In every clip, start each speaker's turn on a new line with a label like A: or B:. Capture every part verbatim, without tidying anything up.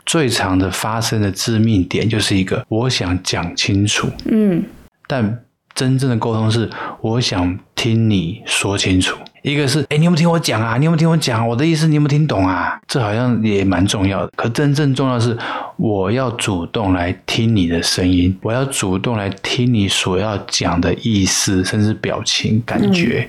A: 最常的发生的致命点就是一个我想讲清楚，嗯，但真正的沟通是我想听你说清楚。一个是诶你有没有听我讲啊，你有没有听我讲啊，我的意思你有没有听懂啊，这好像也蛮重要的。可真正重要的是我要主动来听你的声音，我要主动来听你所要讲的意思，甚至表情感觉、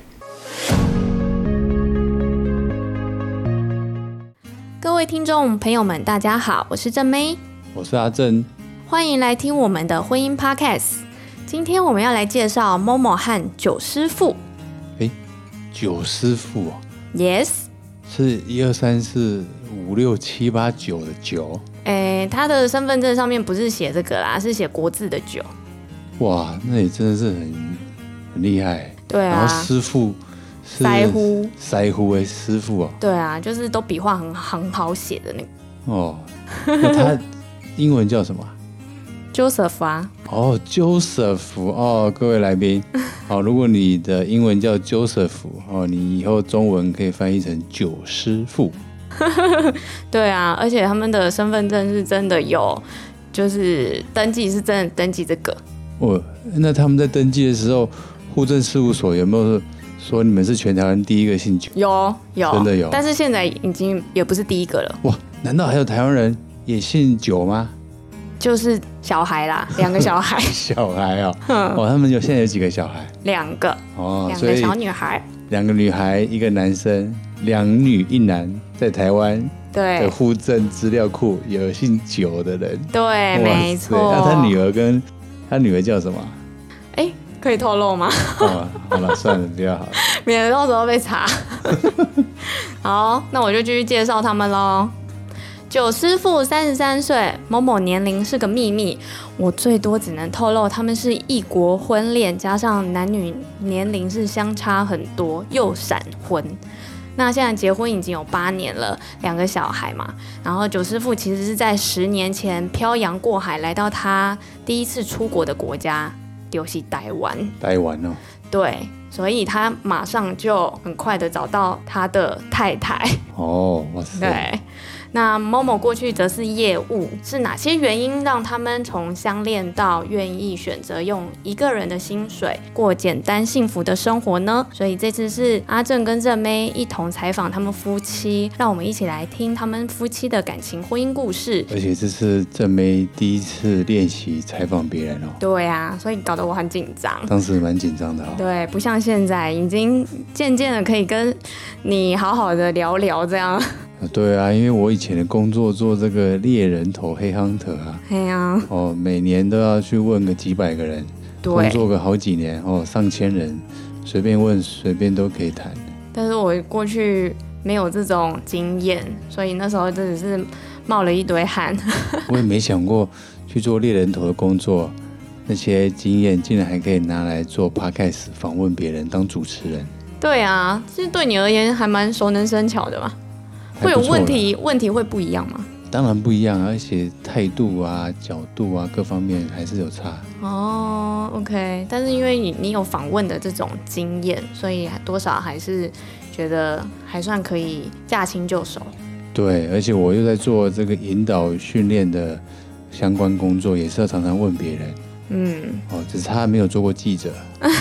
B: 嗯、各位听众朋友们大家好，我是正妹，
A: 我是阿正，
B: 欢迎来听我们的婚姻 Podcast。 今天我们要来介绍 Momo 和九师傅。
A: 诶九师傅哦
B: Yes，
A: 是一二三四五六七八九的九。
B: 诶，他的身份证上面不是写这个啦，是写国字的九。
A: 哇，那你真的是很很厉害。
B: 对啊，
A: 然后师傅是
B: 腮乎
A: 腮乎的师傅哦。
B: 对啊，就是都笔画很很好写的那个。
A: 哦，那他英文叫什么
B: ？Joseph 啊。
A: 哦 Joseph 哦，各位来宾，好，如果你的英文叫 Joseph 哦，你以后中文可以翻译成九师傅。
B: 对啊，而且他们的身份证是真的有，就是登记是真的登记这个。
A: 哦，那他们在登记的时候，户政事务所有没有说你们是全台湾第一个姓九？
B: 有有，
A: 真的有。但
B: 是现在已经也不是第一个了。
A: 哇，难道还有台湾人也姓九吗？
B: 就是小孩啦，两个小孩。
A: 小孩哦，哦，他们有现在有几个小孩？
B: 两个，
A: 哦，
B: 两个小女孩，
A: 两个女孩，一个男生，两女一男，在台湾的户政资料库有姓九的人。
B: 对，没错。
A: 那他女儿跟他女儿叫什么？
B: 哎，可以透露吗？
A: 哦，好了，算了，比较好，
B: 免得到时候被查。好，那我就继续介绍他们咯。九师傅三十三岁，某某年龄是个秘密，我最多只能透露他们是异国婚恋，加上男女年龄是相差很多，又闪婚。那现在结婚已经有八年了，两个小孩嘛。然后九师傅其实是在十年前漂洋过海来到他第一次出国的国家，就是台湾。
A: 台湾哦。
B: 对，所以他马上就很快的找到他的太太。
A: 哦，哇塞。
B: 对。那 Momo 过去则是业务，是哪些原因让他们从相恋到愿意选择用一个人的薪水过简单幸福的生活呢？所以这次是阿正跟正妹一同采访他们夫妻，让我们一起来听他们夫妻的感情婚姻故事。
A: 而且这是正妹第一次练习采访别人哦。
B: 对啊，所以搞得我很紧张。
A: 当时蛮紧张的哦。
B: 对，不像现在已经渐渐的可以跟你好好的聊聊这样。
A: 对啊，因为我以前的工作做这个猎人头黑 hunter 啊，
B: 对啊，
A: 哦，每年都要去问个几百个人，工作个好几年哦，上千人，随便问随便都可以谈。
B: 但是我过去没有这种经验，所以那时候真的是冒了一堆汗。
A: 我也没想过去做猎人头的工作，那些经验竟然还可以拿来做 podcast 访问别人当主持人。
B: 对啊，其实对你而言还蛮熟能生巧的嘛。会有问题，问题会不一样吗？
A: 当然不一样，而且态度啊、角度啊各方面还是有差。
B: 哦 ，OK， 但是因为你你有访问的这种经验，所以多少还是觉得还算可以驾轻就熟。
A: 对，而且我又在做这个引导训练的相关工作，也是要常常问别人。嗯，哦，只是他没有做过记者。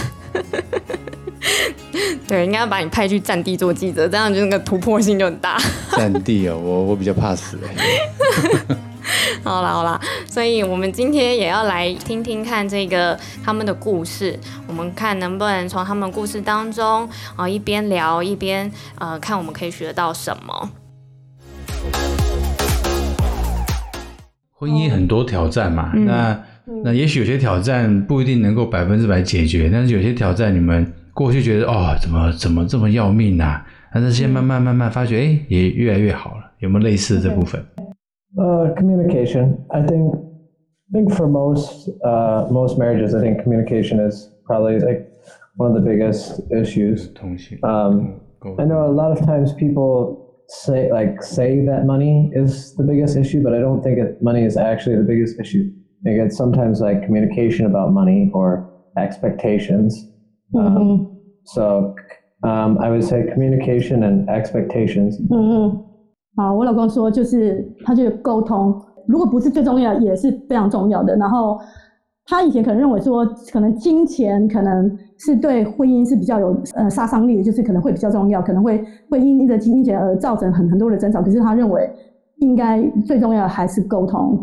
B: 对，应该要把你派去战地做记者，这样就那个突破性就很大。
A: 战地哦，我我比较怕死哎。
B: 好啦好啦，所以我们今天也要来听听看这个他们的故事，我们看能不能从他们故事当中啊、呃、一边聊一边呃看我们可以学到什么。
A: 婚姻很多挑战嘛，嗯、那那也许有些挑战不一定能够百分之百解决，但是有些挑战你们过去觉得哦怎么怎么这么要命啊，但是现在慢慢慢慢发觉哎也越来越好了，有没有类似的这部分？
C: Uh, communication. I think I think for most uh, most marriages, I think communication is probably like one of the biggest issues. Um, I know a lot of times people say like say that money is the biggest issue, but I don't think it, money is actually the biggest issue. I think it's sometimes like communication about money or expectations. Mm-hmm. Um, so um, I would say communication and expectations. Mm-hmm.
D: 啊，我老公说就是他觉得沟通如果不是最重要也是非常重要的，然后他以前可能认为说可能金钱可能是对婚姻是比较有呃杀伤力的，就是可能会比较重要，可能会会因着金钱而造成很很多的争吵，可是他认为应该最重要的还是沟通。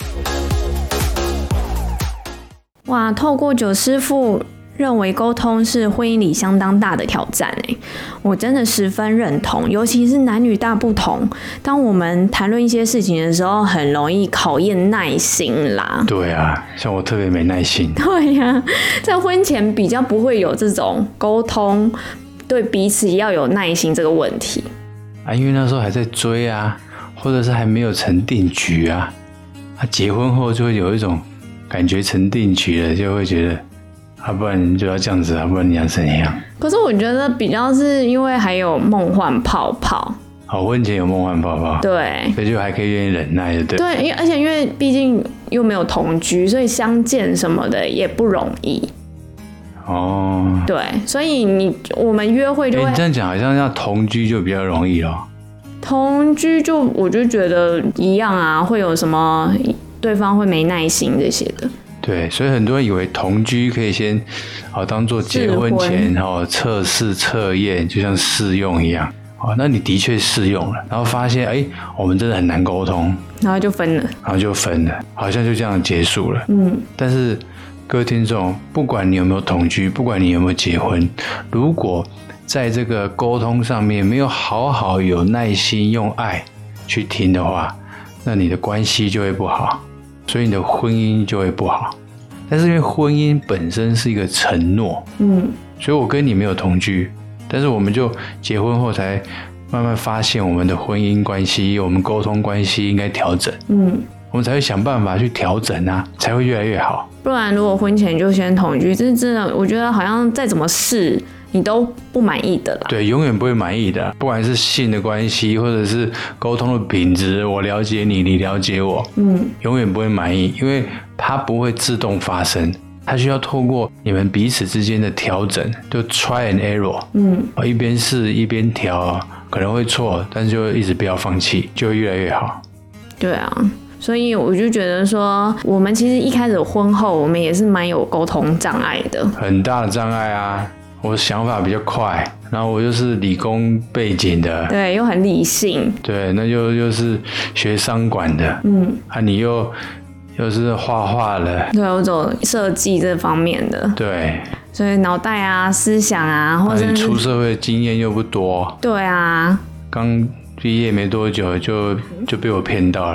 B: 哇，透过九师傅认为沟通是婚姻里相当大的挑战欸，我真的十分认同，尤其是男女大不同，当我们谈论一些事情的时候很容易考验耐心啦。
A: 对啊，像我特别没耐心。
B: 对啊，在婚前比较不会有这种沟通对彼此要有耐心这个问题
A: 啊，因为那时候还在追啊，或者是还没有成定局啊，啊结婚后就会有一种感觉成定局了，就会觉得啊，不然就要这样子啊，不然你要怎样？
B: 可是我觉得比较是因为还有梦幻泡泡。
A: 好，婚前有梦幻泡泡，
B: 对，
A: 所以就还可以愿意忍耐的，对。
B: 对，因为而且因为毕竟又没有同居，所以相见什么的也不容易。
A: 哦，
B: 对，所以你我们约会就会，
A: 欸、你这样讲好像要同居就比较容易咯。
B: 同居就我就觉得一样啊，会有什么对方会没耐心这些的。
A: 对，所以很多人以为同居可以先好当做结婚前哦测试测验，就像试用一样。哦，那你的确试用了，然后发现哎，我们真的很难沟通，
B: 然后就分了，
A: 然后就分了，好像就这样结束了。嗯，但是各位听众，不管你有没有同居，不管你有没有结婚，如果在这个沟通上面没有好好有耐心用爱去听的话，那你的关系就会不好。所以你的婚姻就会不好，但是因为婚姻本身是一个承诺，嗯，所以我跟你没有同居，但是我们就结婚后才慢慢发现我们的婚姻关系，我们沟通关系应该调整，嗯，我们才会想办法去调整啊，才会越来越好。
B: 不然如果婚前就先同居，这真的我觉得好像再怎么试你都不满意的啦。
A: 对，永远不会满意的，不管是性的关系，或者是沟通的品质，我了解你，你了解我，嗯，永远不会满意，因为它不会自动发生，它需要透过你们彼此之间的调整，就 try and error， 嗯，一边试一边调，可能会错，但是就一直不要放弃，就会越来越好。
B: 对啊。所以我就觉得说，我们其实一开始婚后，我们也是蛮有沟通障碍的，
A: 很大的障碍啊。我想法比较快，然后我又是理工背景的，
B: 对，又很理性，
A: 对，那又又是学商管的，嗯，啊，你又又是画画的，
B: 对，我走设计这方面的，
A: 对，
B: 所以脑袋啊、思想啊，或者
A: 你出社会的经验又不多，
B: 对啊，
A: 刚毕业没多久就就被我骗到了，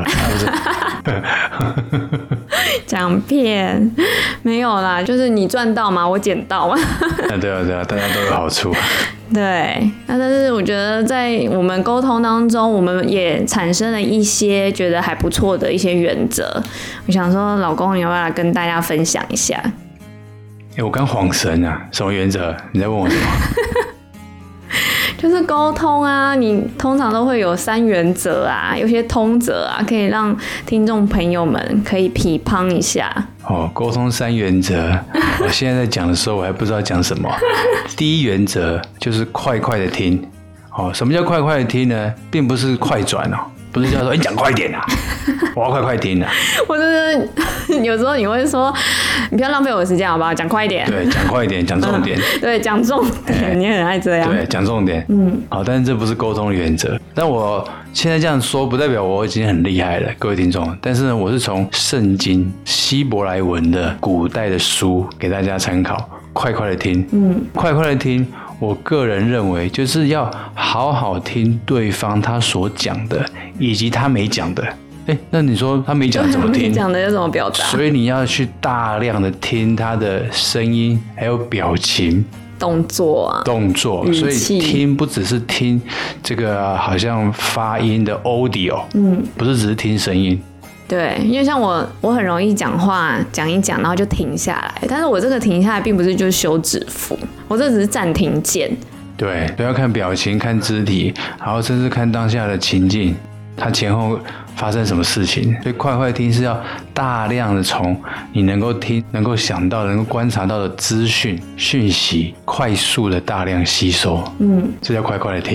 B: 讲骗没有啦，就是你赚到嘛，我捡到嘛。
A: 啊，对啊，对啊，大家都有好处。
B: 对，那但是我觉得在我们沟通当中，我们也产生了一些觉得还不错的一些原则。我想说，老公，你要不要来跟大家分享一下？
A: 哎，我刚恍神啊，什么原则？你在问我什么？
B: 就是沟通啊，你通常都会有三原则啊，有些通则啊，可以让听众朋友们可以批判一下。
A: 哦，沟通三原则，我现在在讲的时候，我还不知道讲什么。第一原则就是快快的听。哦，什么叫快快的听呢？并不是快转哦，不是叫说你讲快一点啊，我要快快听啊。
B: 或者是有时候你会说，你不要浪费我的时间好不好？讲快一点。
A: 对，讲快一点，讲重点。
B: 嗯、对，讲重点，你很爱这样。
A: 对，讲重点。嗯，好，但是这不是沟通的原则。但我现在这样说，不代表我已经很厉害了，各位听众。但是呢，我是从圣经希伯来文的古代的书给大家参考，快快的听。嗯，快快的听。我个人认为，就是要好好听对方他所讲的，以及他没讲的。哎，那你说他没讲怎么听？
B: 没讲的要怎么表达？
A: 所以你要去大量的听他的声音，还有表情、
B: 动作啊，
A: 动作。所以听不只是听这个好像发音的 audio， 嗯，不是只是听声音。
B: 对，因为像我，我很容易讲话讲一讲，然后就停下来。但是我这个停下来，并不是就是休止符，我这只是暂停键。
A: 对，都要看表情、看肢体，然后甚至看当下的情境，它前后发生什么事情。所以快快听是要大量的从你能够听、能够想到、能够观察到的资讯、讯息，快速的大量吸收。嗯，这叫快快的听。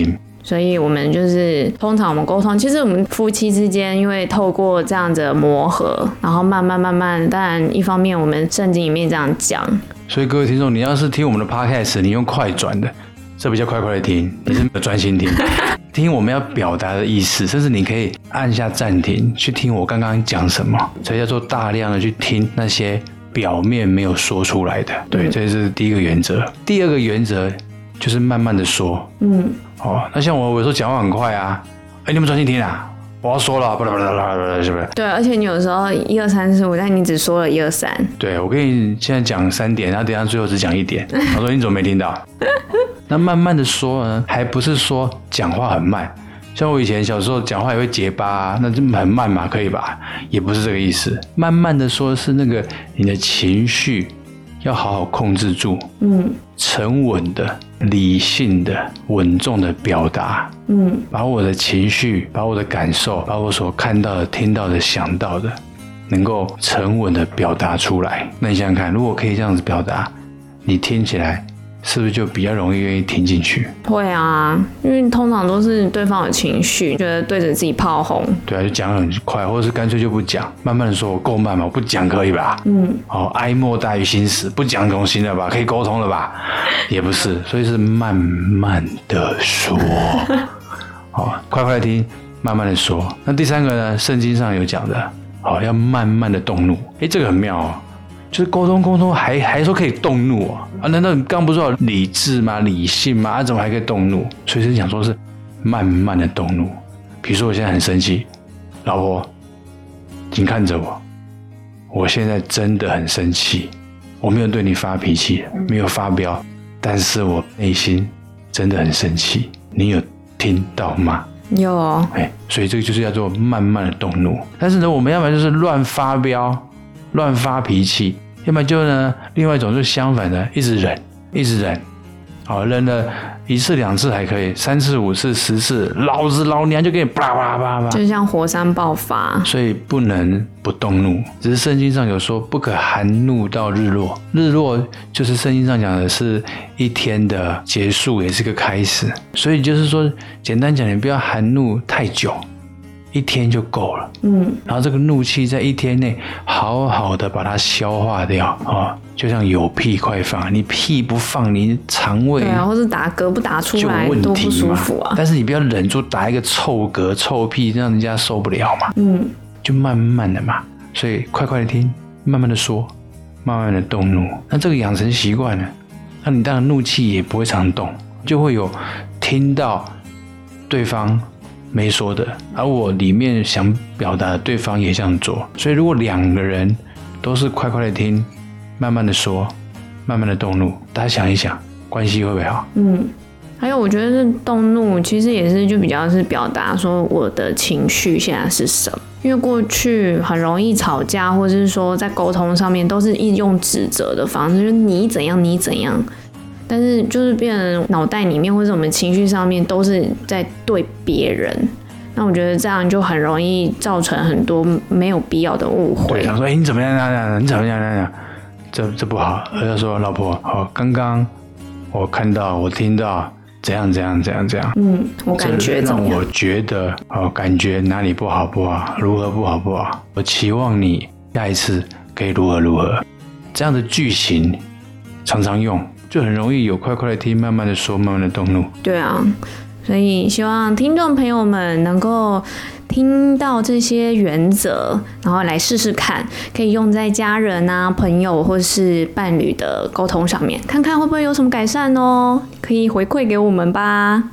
B: 所以我们就是通常我们沟通，其实我们夫妻之间因为透过这样子的磨合，然后慢慢慢慢，当然一方面我们圣经里面这样讲，
A: 所以各位听众，你要是听我们的 podcast， 你用快转的，这比较快快的听，你是没有专心听听我们要表达的意思，甚至你可以按下暂停去听我刚刚讲什么，这叫做大量的去听那些表面没有说出来的。对，这是第一个原则。第二个原则就是慢慢的说。嗯，哦，那像我有时候讲话很快啊，哎，你们专心听啊，我要说了，巴拉巴拉巴拉巴拉，是不是？
B: 对，而且你有时候一二三四五，但你只说了一二三。
A: 对，我跟你现在讲三点，然后等一下最后只讲一点。我说你怎么没听到？那慢慢的说呢，还不是说讲话很慢，像我以前小时候讲话也会结巴啊，那就很慢嘛，可以吧？也不是这个意思。慢慢的说是那个你的情绪要好好控制住，嗯，沉稳的、理性的、稳重的表达，嗯，把我的情绪、把我的感受、把我所看到的、听到的、想到的，能够沉稳的表达出来。那你想想看，如果可以这样子表达，你听起来是不是就比较容易愿意听进去？会
B: 啊，因为通常都是对方有情绪，觉得对着自己炮轰。
A: 对啊，就讲很快，或者是干脆就不讲，慢慢的说，我够慢嘛，我不讲可以吧？嗯，哦，哀莫大于心死，不讲总行了吧？可以沟通了吧？也不是，所以是慢慢的说，哦，快快的听，慢慢的说。那第三个呢？圣经上有讲的，哦，要慢慢的动怒。哎，这个很妙哦。就是沟通沟通还还说可以动怒啊？啊，难道你刚刚不是说理智吗？理性吗？啊，怎么还可以动怒？所以是想说是慢慢的动怒。比如说我现在很生气，老婆，请看着我，我现在真的很生气，我没有对你发脾气，没有发飙，但是我内心真的很生气，你有听到吗？
B: 有哦。
A: 哎，所以这个就是叫做慢慢的动怒。但是呢，我们要不然就是乱发飙。乱发脾气，要不然就呢，另外一种就是相反的，一直忍，一直忍，好，忍了一次两次还可以，三次五次十次，老子老娘就给你啪啪啪啪，
B: 就像火山爆发。
A: 所以不能不动怒，只是圣经上有说不可含怒到日落，日落就是圣经上讲的是一天的结束，也是个开始，所以就是说，简单讲，你不要含怒太久。一天就够了，嗯，然后这个怒气在一天内好好的把它消化掉啊、哦，就像有屁快放，你屁不放，你肠胃
B: 对啊，或是打嗝不打出来都不舒服啊。
A: 但是你不要忍住打一个臭嗝、臭屁，让人家受不了嘛，嗯，就慢慢的嘛，所以快快的听，慢慢的说，慢慢的动怒，那这个养成习惯了，那你当然怒气也不会常动，就会有听到对方没说的，而我里面想表达的对方也这样做，所以如果两个人都是快快的听，慢慢的说，慢慢的动怒，大家想一想，关系会不会好？
B: 嗯，还有我觉得是动怒，其实也是就比较是表达说我的情绪现在是什么，因为过去很容易吵架，或者是说在沟通上面都是用指责的方式，就是你怎样你怎样。但是就是变成脑袋里面或者我们情绪上面都是在对别人，那我觉得这样就很容易造成很多没有必要的误会。
A: 对，想说，哎、欸，你怎么样样？你怎么样样样？这这不好。他就说，老婆，好，刚刚我看到，我听到怎样怎样怎样怎样。
B: 嗯，我感觉怎么样？
A: 让我觉得，哦，感觉哪里不好不好，如何不好不好。我期望你下一次可以如何如何。这样的句型常常用。就很容易有快快的听，慢慢的说，慢慢的动怒。
B: 对啊，所以希望听众朋友们能够听到这些原则，然后来试试看，可以用在家人啊、朋友或是伴侣的沟通上面，看看会不会有什么改善哦。可以回馈给我们吧。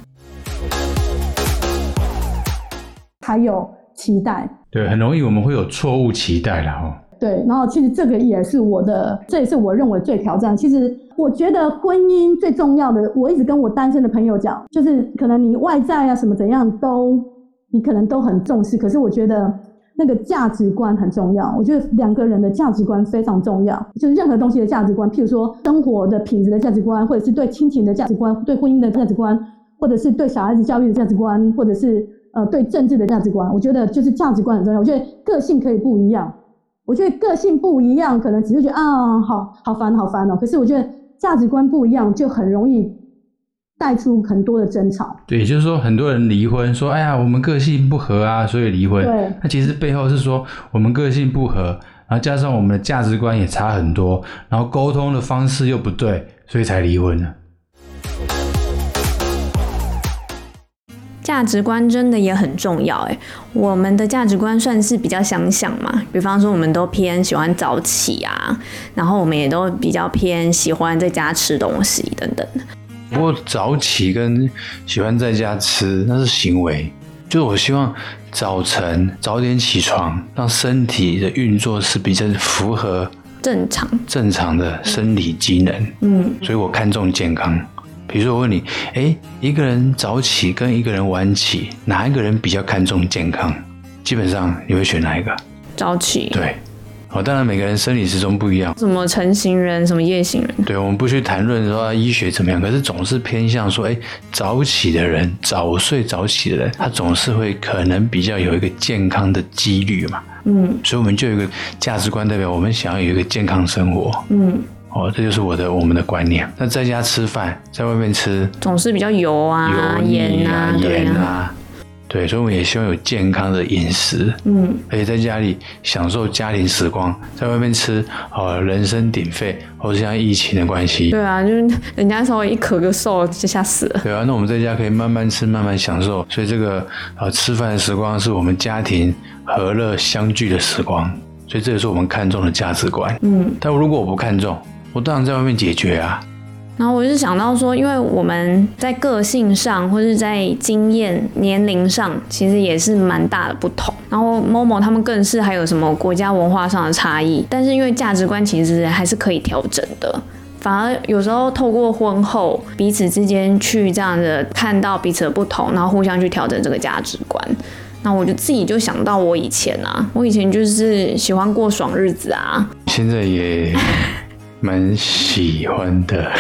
D: 还有期待，
A: 对，很容易我们会有错误期待啦哦。
D: 对，然后其实这个也是我的，这也是我认为最挑战。其实我觉得婚姻最重要的，我一直跟我单身的朋友讲，就是可能你外在啊什么怎样都，你可能都很重视，可是我觉得那个价值观很重要。我觉得两个人的价值观非常重要，就是任何东西的价值观，譬如说生活的品质的价值观，或者是对亲情的价值观，对婚姻的价值观，或者是对小孩子教育的价值观，或者是呃对政治的价值观。我觉得就是价值观很重要。我觉得个性可以不一样。我觉得个性不一样，可能只是觉得啊，好好烦好烦哦。可是我觉得价值观不一样，就很容易带出很多的争吵。
A: 对，也就是说很多人离婚说哎呀我们个性不合啊所以离婚，
D: 对，
A: 那其实背后是说我们个性不合，然后加上我们的价值观也差很多，然后沟通的方式又不对，所以才离婚了。
B: 价值观真的也很重要诶，我们的价值观算是比较相像嘛，比方说我们都偏喜欢早起啊，然后我们也都比较偏喜欢在家吃东西等等的。
A: 不过早起跟喜欢在家吃那是行为，就是我希望早晨早点起床，让身体的运作是比较符合
B: 正常
A: 正常的生理机能，嗯，所以我看重健康。比如说我问你，诶，一个人早起跟一个人晚起，哪一个人比较看重健康？基本上你会选哪一个？
B: 早起。
A: 对，哦，当然每个人生理时钟不一样，
B: 什么晨型人，什么夜行人。
A: 对，我们不去谈论说、啊、医学怎么样，可是总是偏向说，诶，早起的人，早睡早起的人，他总是会可能比较有一个健康的几率嘛。嗯，所以我们就有一个价值观，代表我们想要有一个健康生活。嗯。哦，这就是我的我们的观念。那在家吃饭，在外面吃，
B: 总是比较油啊、盐啊、
A: 盐啊，对，所以我们也希望有健康的饮食。嗯，而且在家里享受家庭时光，在外面吃，呃，人声鼎沸，或者像疫情的关系，
B: 对啊，就是人家稍微一咳个嗽就吓死了。
A: 对啊，那我们在家可以慢慢吃，慢慢享受。所以这个呃吃饭的时光是我们家庭和乐相聚的时光。所以这也是我们看重的价值观。嗯，但如果我不看重，我当然在外面解决啊。
B: 然后我就想到说，因为我们在个性上或是在经验、年龄上，其实也是蛮大的不同。然后 Momo 他们更是还有什么国家文化上的差异，但是因为价值观其实还是可以调整的。反而有时候透过婚后彼此之间去这样的看到彼此的不同，然后互相去调整这个价值观。那我就自己就想到我以前啊，我以前就是喜欢过爽日子啊，
A: 现在也蛮喜欢的，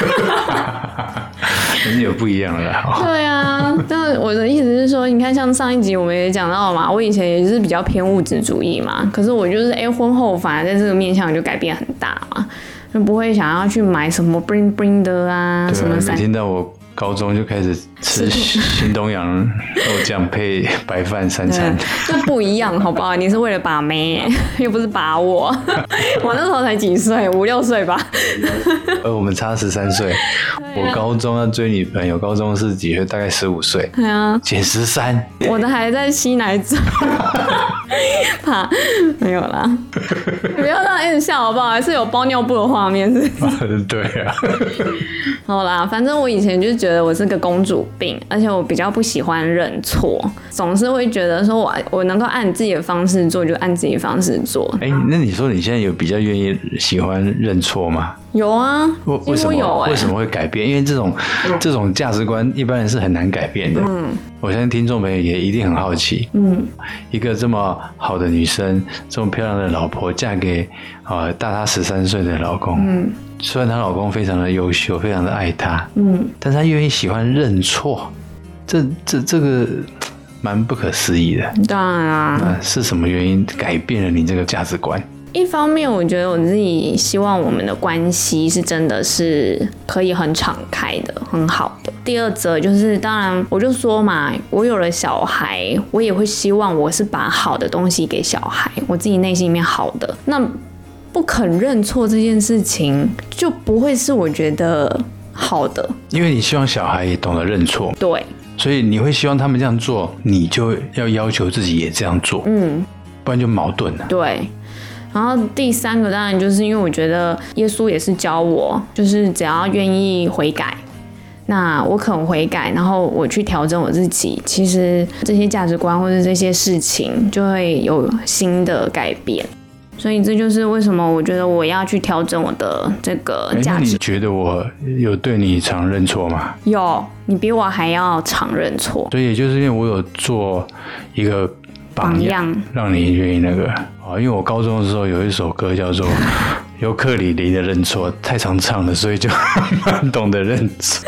A: 但是有不一样了啦。
B: 对啊，但我的意思是说，你看像上一集我们也讲到嘛，我以前也是比较偏物质主义嘛，可是我就是哎、欸，婚后反而在这个面向就改变很大嘛，就不会想要去买什么 bling bling 的啊，
A: 对啊，
B: 什么
A: 每天到我高中就开始吃新东阳肉酱配白饭三餐，
B: 这不一样好不好？你是为了把妹，又不是把我。我那时候才几岁，五六岁吧。
A: 而我们差十三岁，我高中要追女朋友，高中是几岁？大概十五岁。
B: 对啊，
A: 减十三，
B: 我的还在吸奶嘴。怕没有啦，不要让一直笑好不好？还是有包尿布的画面是不是？
A: 对啊。
B: 好啦，反正我以前就觉得我是个公主病，而且我比较不喜欢认错，总是会觉得说我我能够按自己的方式做就按自己的方式做。
A: 哎、欸，那你说你现在有比较愿意喜欢认错吗？
B: 有啊，
A: 为什么
B: 有、欸？
A: 为什么会改变？因为这种、嗯、这种价值观一般人是很难改变的。嗯，我相信听众朋友也一定很好奇。嗯，一个这么好的女生，这么漂亮的老婆，嫁给呃大她十三岁的老公。嗯，虽然她老公非常的优秀，非常的爱她。嗯，但是她愿意喜欢认错，这这这个蛮不可思议的。
B: 当然啊，
A: 那是什么原因改变了你这个价值观？
B: 一方面我觉得我自己希望我们的关系是真的是可以很敞开的，很好的。第二则就是当然我就说嘛，我有了小孩，我也会希望我是把好的东西给小孩，我自己内心里面好的，那不肯认错这件事情就不会是我觉得好的。
A: 因为你希望小孩也懂得认错，
B: 对，
A: 所以你会希望他们这样做，你就要要求自己也这样做，嗯，不然就矛盾了。
B: 对。然后第三个当然就是因为我觉得耶稣也是教我，就是只要愿意悔改，那我肯悔改，然后我去调整我自己，其实这些价值观或者这些事情就会有新的改变。所以这就是为什么我觉得我要去调整我的这个价值。
A: 你觉得我有对你常认错吗？
B: 有，你比我还要常认错。
A: 对，也就是因为我有做一个榜样，
B: 榜样
A: 让你愿意那个啊，因为我高中的时候有一首歌叫做《尤克里里的认错》，太常唱了，所以就蛮懂得认错。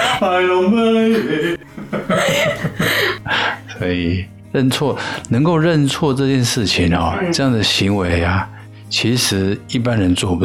A: 所以认错，能够认错这件事情哦，这样的行为啊，其实一般人做不到。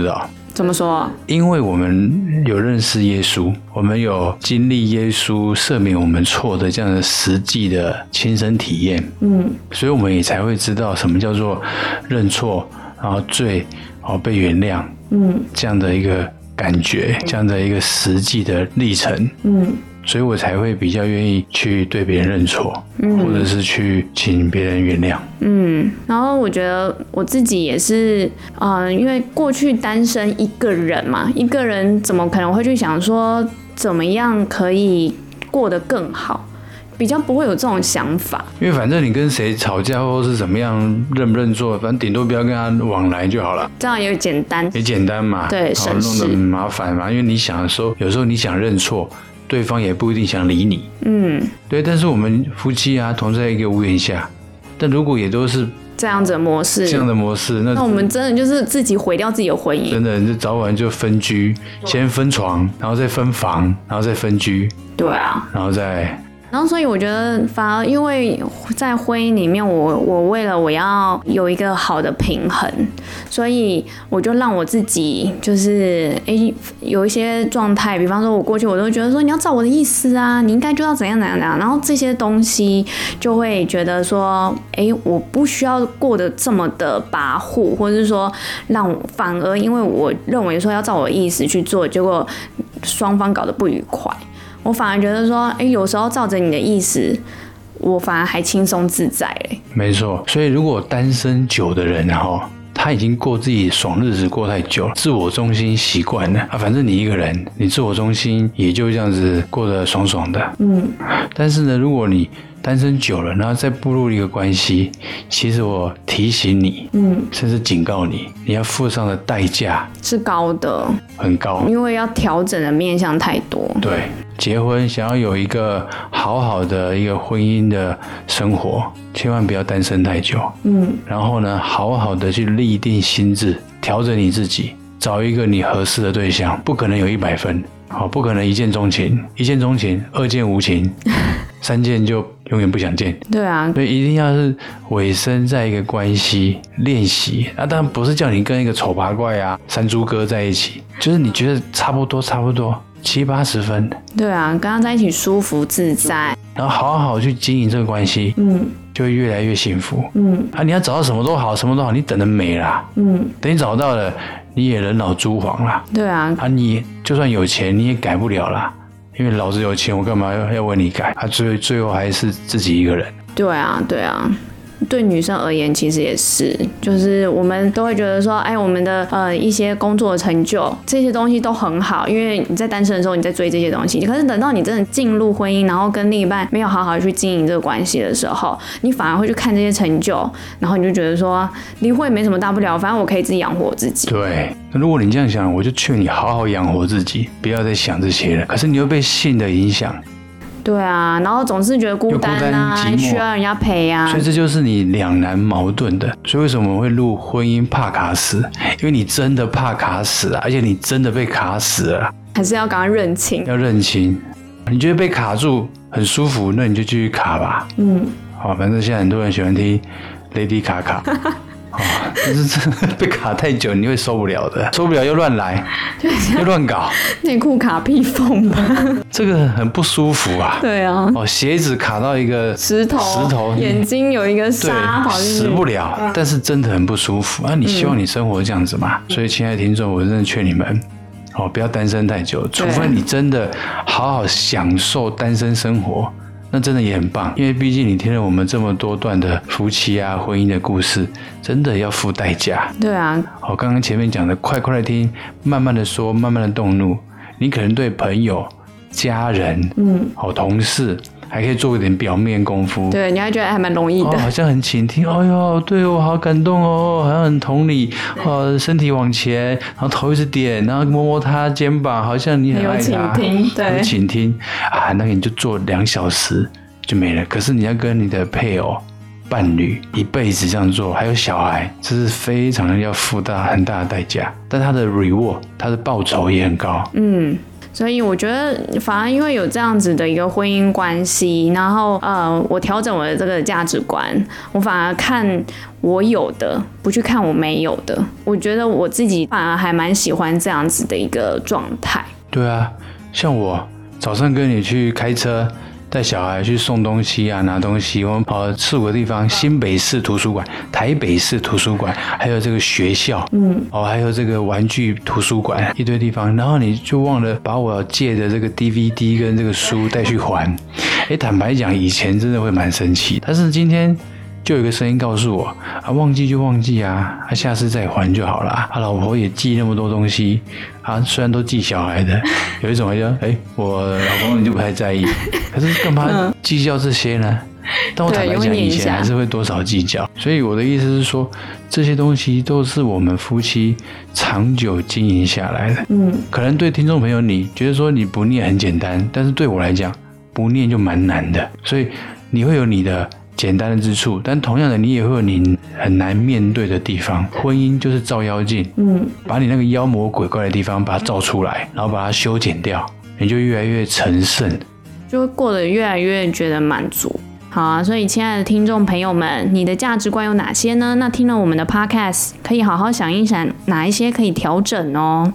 B: 怎么说？
A: 因为我们有认识耶稣，我们有经历耶稣赦免我们错的这样的实际的亲身体验，嗯，所以我们也才会知道什么叫做认错，然后罪，然后被原谅，嗯，这样的一个感觉，这样的一个实际的历程，嗯。所以我才会比较愿意去对别人认错，嗯，或者是去请别人原谅。
B: 嗯，然后我觉得我自己也是，呃，因为过去单身一个人嘛，一个人怎么可能会去想说怎么样可以过得更好？比较不会有这种想法，
A: 因为反正你跟谁吵架或是怎么样认不认错，反正顶多不要跟他往来就好了，
B: 这样也简单，
A: 也简单嘛，
B: 对，省事，
A: 弄得麻烦嘛。因为你想的时候，有时候你想认错，对方也不一定想理你，嗯，对。但是我们夫妻啊，同在一个屋檐下，但如果也都是
B: 这样子的模式，
A: 这样的模式，那
B: 那我们真的就是自己毁掉自己的婚姻，
A: 真的，就早晚就分居，先分床，然后再分房，然后再分居，
B: 对啊，
A: 然后再。
B: 然后，所以我觉得，反而因为在婚姻里面，我我为了我要有一个好的平衡，所以我就让我自己就是哎有一些状态，比方说我过去我都觉得说你要照我的意思啊，你应该就要怎样怎样怎样，然后这些东西就会觉得说，哎，我不需要过得这么的跋扈，或者是说让反而因为我认为说要照我的意思去做，结果双方搞得不愉快。我反而觉得说，哎，有时候照着你的意思，我反而还轻松自在嘞。
A: 没错，所以如果单身久的人哈，他已经过自己爽日子过太久了，自我中心习惯了啊，反正你一个人，你自我中心也就这样子过得爽爽的。嗯，但是呢，如果你单身久了，然后再步入一个关系，其实我提醒你，嗯，甚至警告你，你要付上的代价
B: 是高的，
A: 很高，
B: 因为要调整的面向太多。
A: 对，结婚想要有一个好好的一个婚姻的生活，千万不要单身太久，嗯，然后呢，好好的去立定心志，调整你自己，找一个你合适的对象，不可能有一百分。好，不可能一见钟情，一见钟情，二见无情，三见就永远不想见。
B: 对啊，
A: 所以一定要是委身在一个关系练习。啊，当然不是叫你跟一个丑八怪啊、山猪哥在一起，就是你觉得差不多，差不多七八十分。
B: 对啊，跟他在一起舒服自在，
A: 然后好好去经营这个关系，嗯，就会越来越幸福。嗯，啊，你要找到什么都好，什么都好，你等着美啦。嗯，等你找到了。你也人老珠黄啦，
B: 对啊，
A: 啊，你就算有钱，你也改不了啦，因为老子有钱，我干嘛要要为你改？啊，最最后还是自己一个人。
B: 对啊，对啊。对女生而言，其实也是，就是我们都会觉得说，哎，我们的呃一些工作的成就，这些东西都很好，因为你在单身的时候你在追这些东西，可是等到你真的进入婚姻，然后跟另一半没有好好去经营这个关系的时候，你反而会去看这些成就，然后你就觉得说，离婚也没什么大不了，反正我可以自己养活自己。
A: 对，如果你这样想，我就劝你好好养活自己，不要再想这些了。可是你又被性的影响。
B: 对啊，然后总是觉得孤单啊，需要人家陪啊，
A: 所以这就是你两难矛盾的。所以为什么我们会录婚姻怕卡死？因为你真的怕卡死啊，而且你真的被卡死了，
B: 还是要赶快认清，
A: 要认清。你觉得被卡住很舒服，那你就继续卡吧。嗯，好，反正现在很多人喜欢听 Lady 卡卡。哦，但是被卡太久，你会受不了的，受不了又乱来，又乱搞，
B: 内裤卡屁缝吧，
A: 这个很不舒服啊。
B: 对啊，
A: 哦，鞋子卡到一个
B: 石头，石头，眼睛有一个沙跑进去，
A: 死不了，嗯，但是真的很不舒服啊。你希望你生活这样子嘛？嗯，所以亲爱的听众，我真的劝你们，哦，不要单身太久，除非你真的好好享受单身生活。那真的也很棒，因为毕竟你听了我们这么多段的夫妻啊、婚姻的故事，真的要付代价。
B: 对啊，
A: 好，刚刚前面讲的，快快的听，慢慢的说，慢慢的动怒。你可能对朋友、家人、嗯，好同事，还可以做一点表面功夫。
B: 对，你还觉得还蛮容易的，
A: 哦，好像很倾听。哎呦，对我好感动哦，好像很同理。哦，身体往前，然后头一直点，然后摸摸他肩膀，好像你很爱他。
B: 有倾听，对，
A: 有倾听啊，那个你就做两小时就没了。可是你要跟你的配偶、伴侣一辈子这样做，还有小孩，这是非常要付大很大的代价。但他的 reward， 他的报酬也很高。
B: 嗯。 所以我觉得反而因为有这样子的一个婚姻关系，然后呃，我调整我的这个价值观，我反而看我有的，不去看我没有的。我觉得我自己反而还蛮喜欢这样子的一个状态。
A: 对啊，像我早上跟你去开车带小孩去送东西啊，拿东西，我们跑四五个地方，新北市图书馆、台北市图书馆，还有这个学校，嗯，哦，还有这个玩具图书馆，一堆地方，然后你就忘了把我借的这个 D V D 跟这个书带去还。哎，坦白讲，以前真的会蛮生气，但是今天就有一个声音告诉我啊，忘记就忘记啊，啊，下次再还就好了。啊，老婆也寄那么多东西啊，虽然都寄小孩的，有一种好像哎，我老公你就不太在意，可是干嘛计较这些呢？但我坦白讲，以前还是会多少计较。所以我的意思是说，这些东西都是我们夫妻长久经营下来的。嗯，可能对听众朋友你觉得说你不念很简单，但是对我来讲，不念就蛮难的。所以你会有你的简单的之处，但同样的你也会有你很难面对的地方。婚姻就是照妖镜，嗯，把你那个妖魔鬼怪的地方把它照出来，然后把它修剪掉，你就越来越成圣，
B: 就会过得越来越觉得满足。好啊，所以亲爱的听众朋友们，你的价值观有哪些呢？那听了我们的 podcast 可以好好想一想哪一些可以调整哦。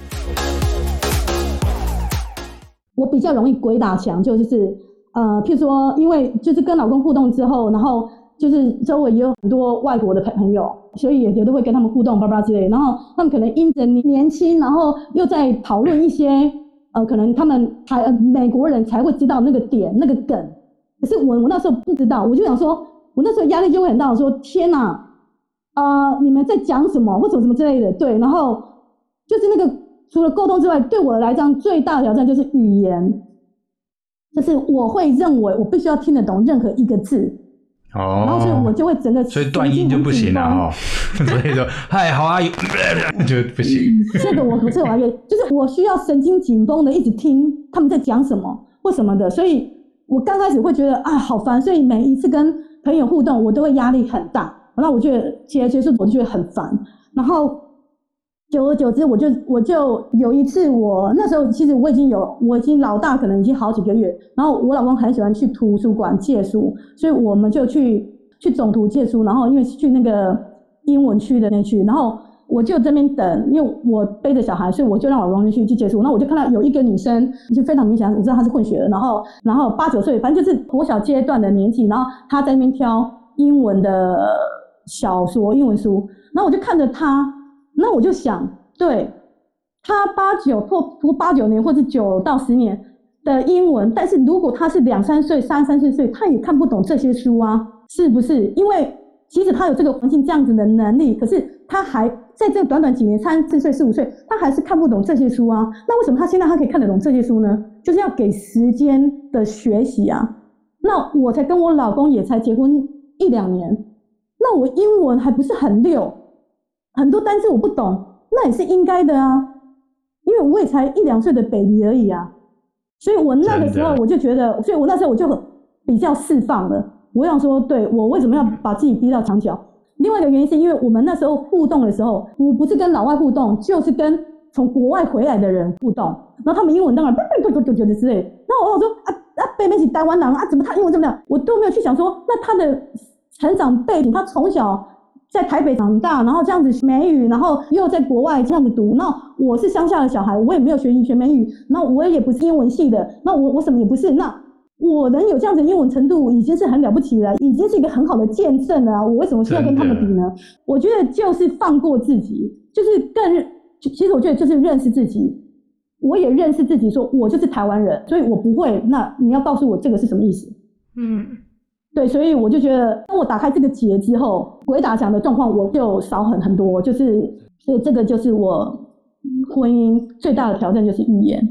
D: 我比较容易鬼打墙，就是呃，譬如说，因为就是跟老公互动之后，然后就是周围也有很多外国的朋友，所以也有的会跟他们互动，巴拉之类的。然后他们可能因着年轻，然后又在讨论一些呃，可能他们才、呃、美国人才会知道那个点那个梗。可是我我那时候不知道，我就想说，我那时候压力就会很大，我说天哪，啊、呃，你们在讲什么或什么什么之类的，对。然后就是那个除了沟通之外，对我来讲最大的挑战就是语言。就是我会认为我必须要听得懂任何一个字，哦，然后所以我就会整个，
A: 所以断音就不行了哦。所以说，嗨，好啊，就不行。
D: 这个我这个我就是我需要神经紧绷的一直听他们在讲什么或什么的，所以我刚开始会觉得啊好烦，所以每一次跟朋友互动我都会压力很大，然后我觉得结结束我就觉得很烦，然后。久而久之，我就我就有一次我，我那时候其实我已经有我已经老大，可能已经好几个月。然后我老公很喜欢去图书馆借书，所以我们就去去总图借书。然后因为去那个英文区的那区，然后我就这边等，因为我背着小孩，所以我就让我老公去去借书。然后我就看到有一个女生，就非常明显，我知道她是混血的，然后然后八九岁，反正就是国小阶段的年纪。然后她在那边挑英文的小说、英文书，然后我就看着她。那我就想，对他八九或读八九年或者九到十年的英文，但是如果他是两三岁、三三四岁，他也看不懂这些书啊，是不是？因为即使他有这个环境这样子的能力，可是他还在这短短几年，三四岁、四五岁，他还是看不懂这些书啊。那为什么他现在他可以看得懂这些书呢？就是要给时间的学习啊。那我才跟我老公也才结婚一两年，那我英文还不是很溜。很多单词我不懂，那也是应该的啊，因为我也才一两岁的 baby 而已啊，所以我那个时候我就觉得，所以我那时候我就比较释放了。我想说，对，我为什么要把自己逼到墙角？另外一个原因是因为我们那时候互动的时候，我不是跟老外互动，就是跟从国外回来的人互动，然后他们英文当然啵啵啵啵啵之类的。然后我说啊啊，北美是台湾人啊，怎么他英文这么样？我都没有去想说，那他的成长背景，他从小。在台北长大，然后这样子美语，然后又在国外这样子读。那我是乡下的小孩，我也没有学学美语，那我也不是英文系的，那我我什么也不是。那我能有这样子的英文程度，已经是很了不起了，已经是一个很好的见证了。我为什么需要跟他们比呢？我觉得就是放过自己，就是更，其实我觉得就是认识自己。我也认识自己，说我就是台湾人，所以我不会。那你要告诉我这个是什么意思？嗯。对，所以我就觉得，当我打开这个结之后，鬼打墙的状况我就少很很多。就是，所以这个就是我婚姻最大的挑战，就是语言。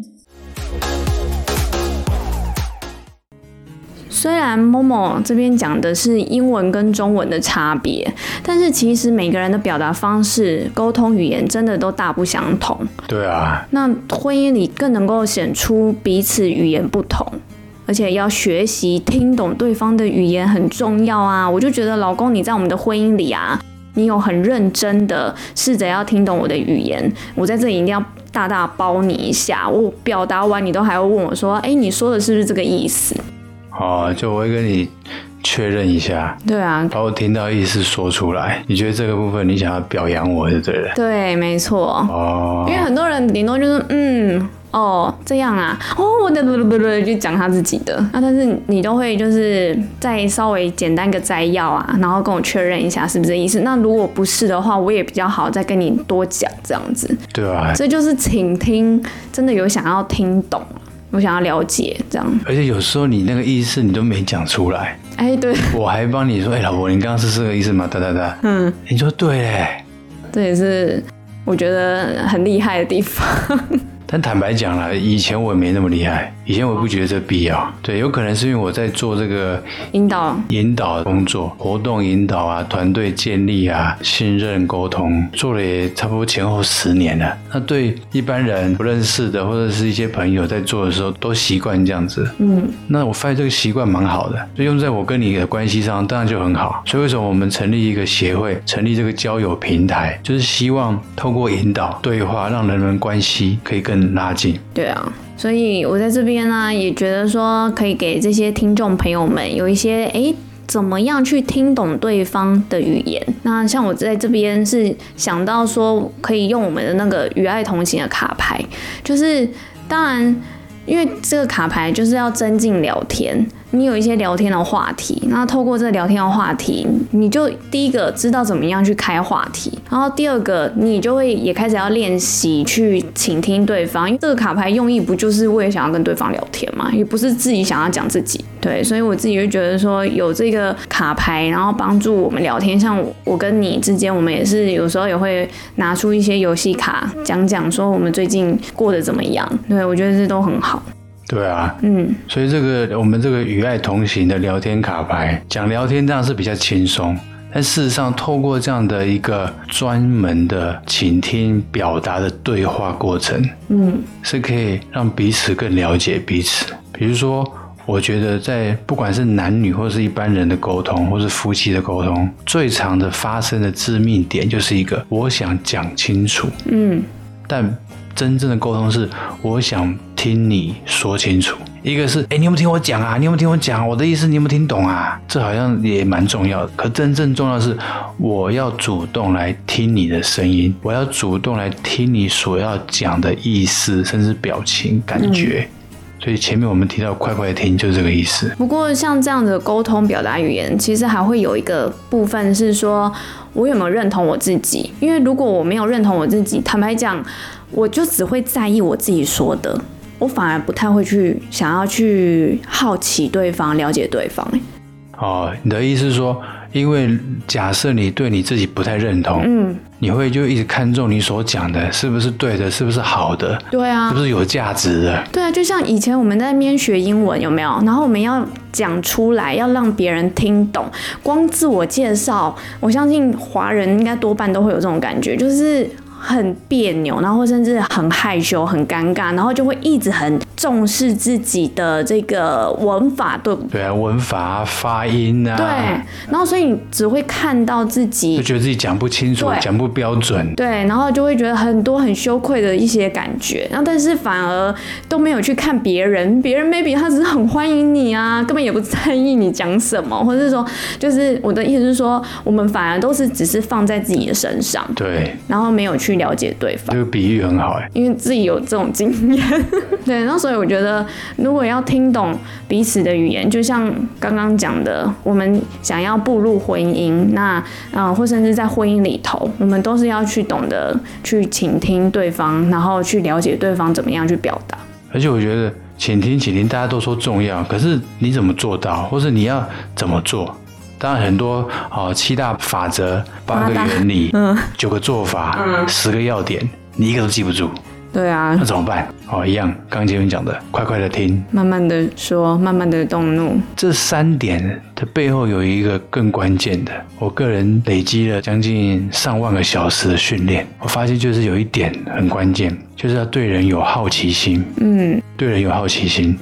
B: 虽然 Momo 这边讲的是英文跟中文的差别，但是其实每个人的表达方式、沟通语言真的都大不相同。
A: 对啊，
B: 那婚姻里更能够显出彼此语言不同。而且要学习听懂对方的语言很重要啊！我就觉得老公，你在我们的婚姻里啊，你有很认真的试着要听懂我的语言。我在这里一定要大大包你一下，我表达完你都还会问我说，哎，你说的是不是这个意思？
A: 哦，就我会跟你确认一下，
B: 对啊，
A: 把我听到意思说出来。你觉得这个部分你想要表扬我就对了。
B: 对，没错。
A: 哦，
B: 因为很多人顶多就是嗯。哦，这样啊，哦，我的不不不，就讲他自己的啊，但是你都会就是再稍微简单个摘要啊，然后跟我确认一下是不是这意思。那如果不是的话，我也比较好再跟你多讲这样子。
A: 对啊，
B: 所以就是倾听，真的有想要听懂，我想要了解这样。
A: 而且有时候你那个意思你都没讲出来，
B: 哎，对，
A: 我还帮你说，哎，老婆，你刚刚是这个意思吗？哒哒哒，嗯，你说对嘞，
B: 这也是我觉得很厉害的地方。
A: 但坦白讲啦，以前我也没那么厉害，以前我也不觉得这必要。对，有可能是因为我在做这个
B: 引导
A: 引导工作，活动引导啊，团队建立啊，信任沟通，做了也差不多前后十年了。那对一般人不认识的或者是一些朋友在做的时候，都习惯这样子。嗯，那我发现这个习惯蛮好的，所以用在我跟你的关系上，当然就很好。所以为什么我们成立一个协会，成立这个交友平台，就是希望透过引导对话，让人们关系可以更拉近。
B: 对啊，所以我在这边呢，也觉得说可以给这些听众朋友们有一些哎，怎么样去听懂对方的语言。那像我在这边是想到说，可以用我们的那个与爱同行的卡牌，就是当然因为这个卡牌就是要增进聊天。你有一些聊天的话题，那透过这个聊天的话题，你就第一个知道怎么样去开话题，然后第二个你就会也开始要练习去倾听对方，因为这个卡牌用意不就是为了想要跟对方聊天嘛，也不是自己想要讲自己，对，所以我自己就觉得说有这个卡牌，然后帮助我们聊天，像我跟你之间，我们也是有时候也会拿出一些游戏卡讲讲说我们最近过得怎么样，对，我觉得这都很好。
A: 对啊，嗯，所以这个我们这个与爱同行的聊天卡牌，讲聊天当然是比较轻松，但事实上透过这样的一个专门的倾听表达的对话过程，嗯，是可以让彼此更了解彼此。比如说，我觉得在不管是男女或是一般人的沟通，或是夫妻的沟通，最常的发生的致命点就是一个我想讲清楚，嗯，但真正的沟通是我想听你说清楚。一个是哎，你有没有听我讲啊？你有没有听我讲？我的意思你有没有听懂啊？这好像也蛮重要的。可真正重要的是，我要主动来听你的声音，我要主动来听你所要讲的意思，甚至表情、感觉。嗯，所以前面我们提到快快听就是这个意思。
B: 不过像这样的沟通表达语言，其实还会有一个部分是说，我有没有认同我自己？因为如果我没有认同我自己，坦白讲，我就只会在意我自己说的，我反而不太会去想要去好奇对方、了解对方。
A: 哦，你的意思是说，因为假设你对你自己不太认同，嗯，你会就一直看重你所讲的是不是对的，是不是好的，
B: 对啊，
A: 是不是有价值的？
B: 对啊，就像以前我们在那边学英文，有没有？然后我们要讲出来，要让别人听懂。光自我介绍，我相信华人应该多半都会有这种感觉，就是很别扭，然后甚至很害羞、很尴尬，然后就会一直很重视自己的这个文法，对不对？
A: 对啊，文法啊、发音啊。
B: 对，然后所以你只会看到自己，
A: 就觉得自己讲不清楚、讲不标准。
B: 对，然后就会觉得很多很羞愧的一些感觉，然后但是反而都没有去看别人，别人 maybe 他只是很欢迎你啊，根本也不在意你讲什么，或者是说，就是我的意思是说，我们反而都是只是放在自己的身上，
A: 对，
B: 然后没有去了解对方。
A: 这个比喻很好哎，
B: 因为自己有这种经验，对，然后所以我觉得，如果要听懂彼此的语言，就像刚刚讲的，我们想要步入婚姻，那呃，或甚至在婚姻里头，我们都是要去懂得去倾听对方，然后去了解对方怎么样去表达。
A: 而且我觉得倾听倾听大家都说重要，可是你怎么做到，或是你要怎么做？当然很多哦，七大法则、八个原理、嗯、九个做法、嗯、十个要点，你一个都记不住。
B: 对啊，
A: 那怎么办？哦，一样，刚刚前面讲的，快快的听，
B: 慢慢的说，慢慢的动怒。
A: 这三点的背后有一个更关键的，我个人累积了将近上万个小时的训练，我发现就是有一点很关键，就是要对人有好奇心。嗯，对人有好奇心。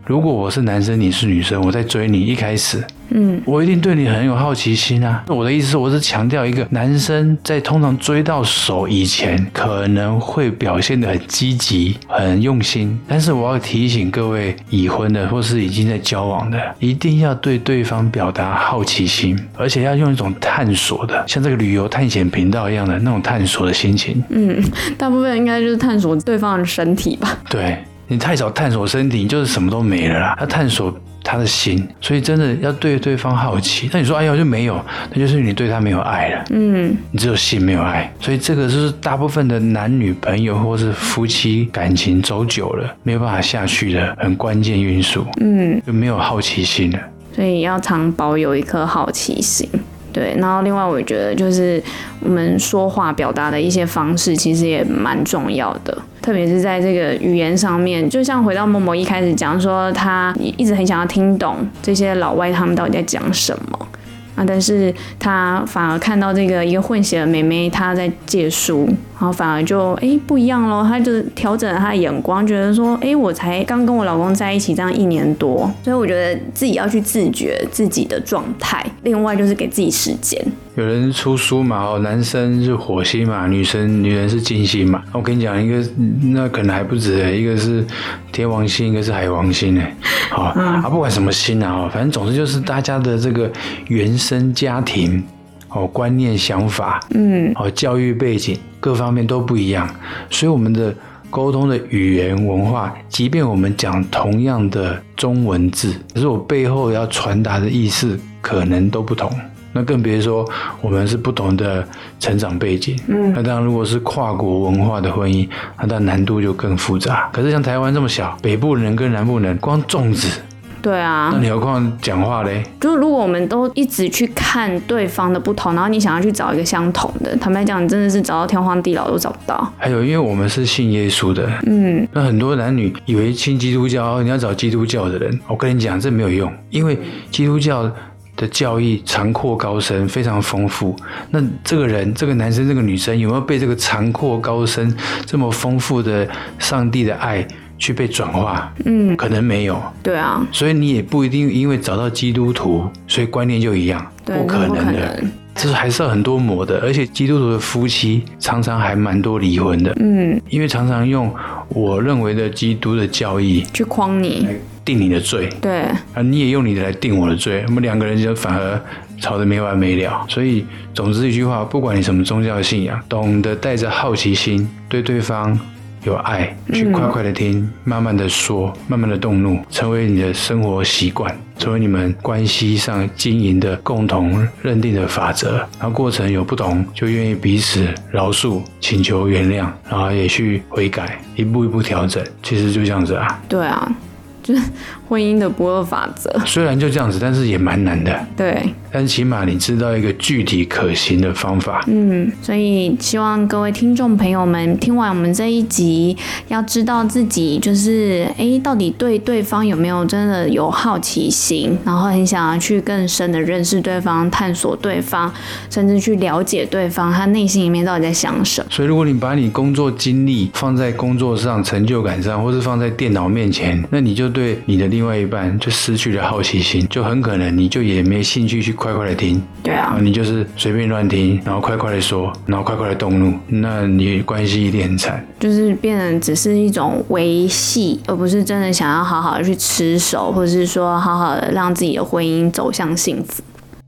A: 如果我是男生，你是女生，我在追你，一开始，嗯，我一定对你很有好奇心啊。我的意思是，我是强调一个男生在通常追到手以前，可能会表现得很积极、很用心。但是我要提醒各位已婚的或是已经在交往的，一定要对对方表达好奇心，而且要用一种探索的，像这个旅游探险频道一样的那种探索的心情。
B: 嗯，大部分应该就是探索对方的身体吧。
A: 对。你太少探索身体，你就是什么都没了啦。要探索他的心，所以真的要对对方好奇。那你说哎呀就没有，那就是你对他没有爱了。嗯，你只有心没有爱，所以这个就是大部分的男女朋友或是夫妻感情走久了没有办法下去的很关键因素。嗯，就没有好奇心了。
B: 所以要常保有一颗好奇心。对，然后另外我觉得就是我们说话表达的一些方式其实也蛮重要的，特别是在这个语言上面，就像回到某某一开始讲说他一直很想要听懂这些老外他们到底在讲什么啊，但是他反而看到这个一个混血的妹妹她在借书，然后反而就哎不一样咯，他就调整了他的眼光，觉得说哎我才刚跟我老公在一起这样一年多，所以我觉得自己要去自觉自己的状态，另外就是给自己时间。
A: 有人出书嘛，哦，男生是火星嘛，女生女人是金星嘛。我跟你讲，一个那可能还不止诶，一个是天王星，一个是海王星诶。好、嗯、啊，不管什么星啊，反正总之就是大家的这个原生家庭、哦观念、想法，嗯，哦教育背景各方面都不一样，所以我们的沟通的语言文化，即便我们讲同样的中文字，可是我背后要传达的意思可能都不同。那更别说我们是不同的成长背景，嗯，那当然如果是跨国文化的婚姻，那当然难度就更复杂。可是像台湾这么小，北部人跟南部人光粽子，
B: 对啊，
A: 那你何况讲话嘞？
B: 就是如果我们都一直去看对方的不同，然后你想要去找一个相同的，坦白讲，你真的是找到天荒地老都找不到。
A: 还有，因为我们是信耶稣的，嗯，那很多男女以为信基督教，你要找基督教的人，我跟你讲，这没有用，因为基督教的教义长阔高深，非常丰富。那这个人，这个男生，这个女生，有没有被这个长阔高深、这么丰富的上帝的爱去被转化？嗯，可能没有。对啊，所以你也不一定因为找到基督徒，所以观念就一样，不可能的。这还是很多磨的，而且基督徒的夫妻常常还蛮多离婚的。嗯，因为常常用我认为的基督的教义
B: 去框你。
A: 定你的罪，
B: 对
A: 啊，你也用你的来定我的罪，我们两个人就反而吵得没完没了。所以，总之一句话，不管你什么宗教信仰，懂得带着好奇心，对对方有爱，去快快的听，嗯、慢慢的说，慢慢的动怒，成为你的生活习惯，成为你们关系上经营的共同认定的法则。然后过程有不同，就愿意彼此饶恕、请求原谅，然后也去悔改，一步一步调整。其实就这样子啊。
B: 对啊。就是婚姻的不二法则，
A: 虽然就这样子，但是也蛮难的。
B: 对，
A: 但是起码你知道一个具体可行的方法。
B: 嗯，所以希望各位听众朋友们听完我们这一集，要知道自己就是哎，到底对对方有没有真的有好奇心，然后很想要去更深的认识对方、探索对方，甚至去了解对方他内心里面到底在想什么。
A: 所以，如果你把你工作精力放在工作上、成就感上，或是放在电脑面前，那你就对你的另外一半就失去了好奇心，就很可能你就也没兴趣去快快的听。
B: 对啊，
A: 你就是随便乱听，然后快快的说，然后快快的动怒，那你关系一定很惨。
B: 就是变成只是一种维系，而不是真的想要好好的去持守，或者是说好好的让自己的婚姻走向幸福。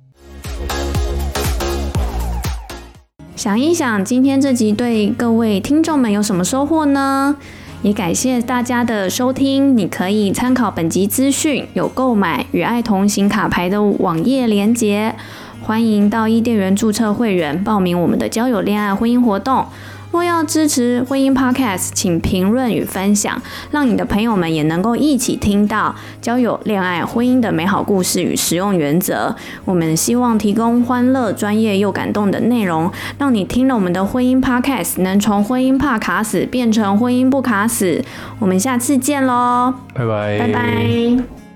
B: 想一想，今天这集对各位听众们有什么收获呢？也感谢大家的收听，你可以参考本集资讯，有购买与爱同行卡牌的网页连结，欢迎到伊甸园注册会员，报名我们的交友、恋爱、婚姻活动。若要支持婚姻 Podcast， 请评论与分享，让你的朋友们也能够一起听到交友、恋爱、婚姻的美好故事与实用原则。我们希望提供欢乐、专业又感动的内容，让你听了我们的婚姻 Podcast， 能从婚姻怕卡死变成婚姻不卡死。我们下次见咯，
A: 拜拜，
B: 拜拜。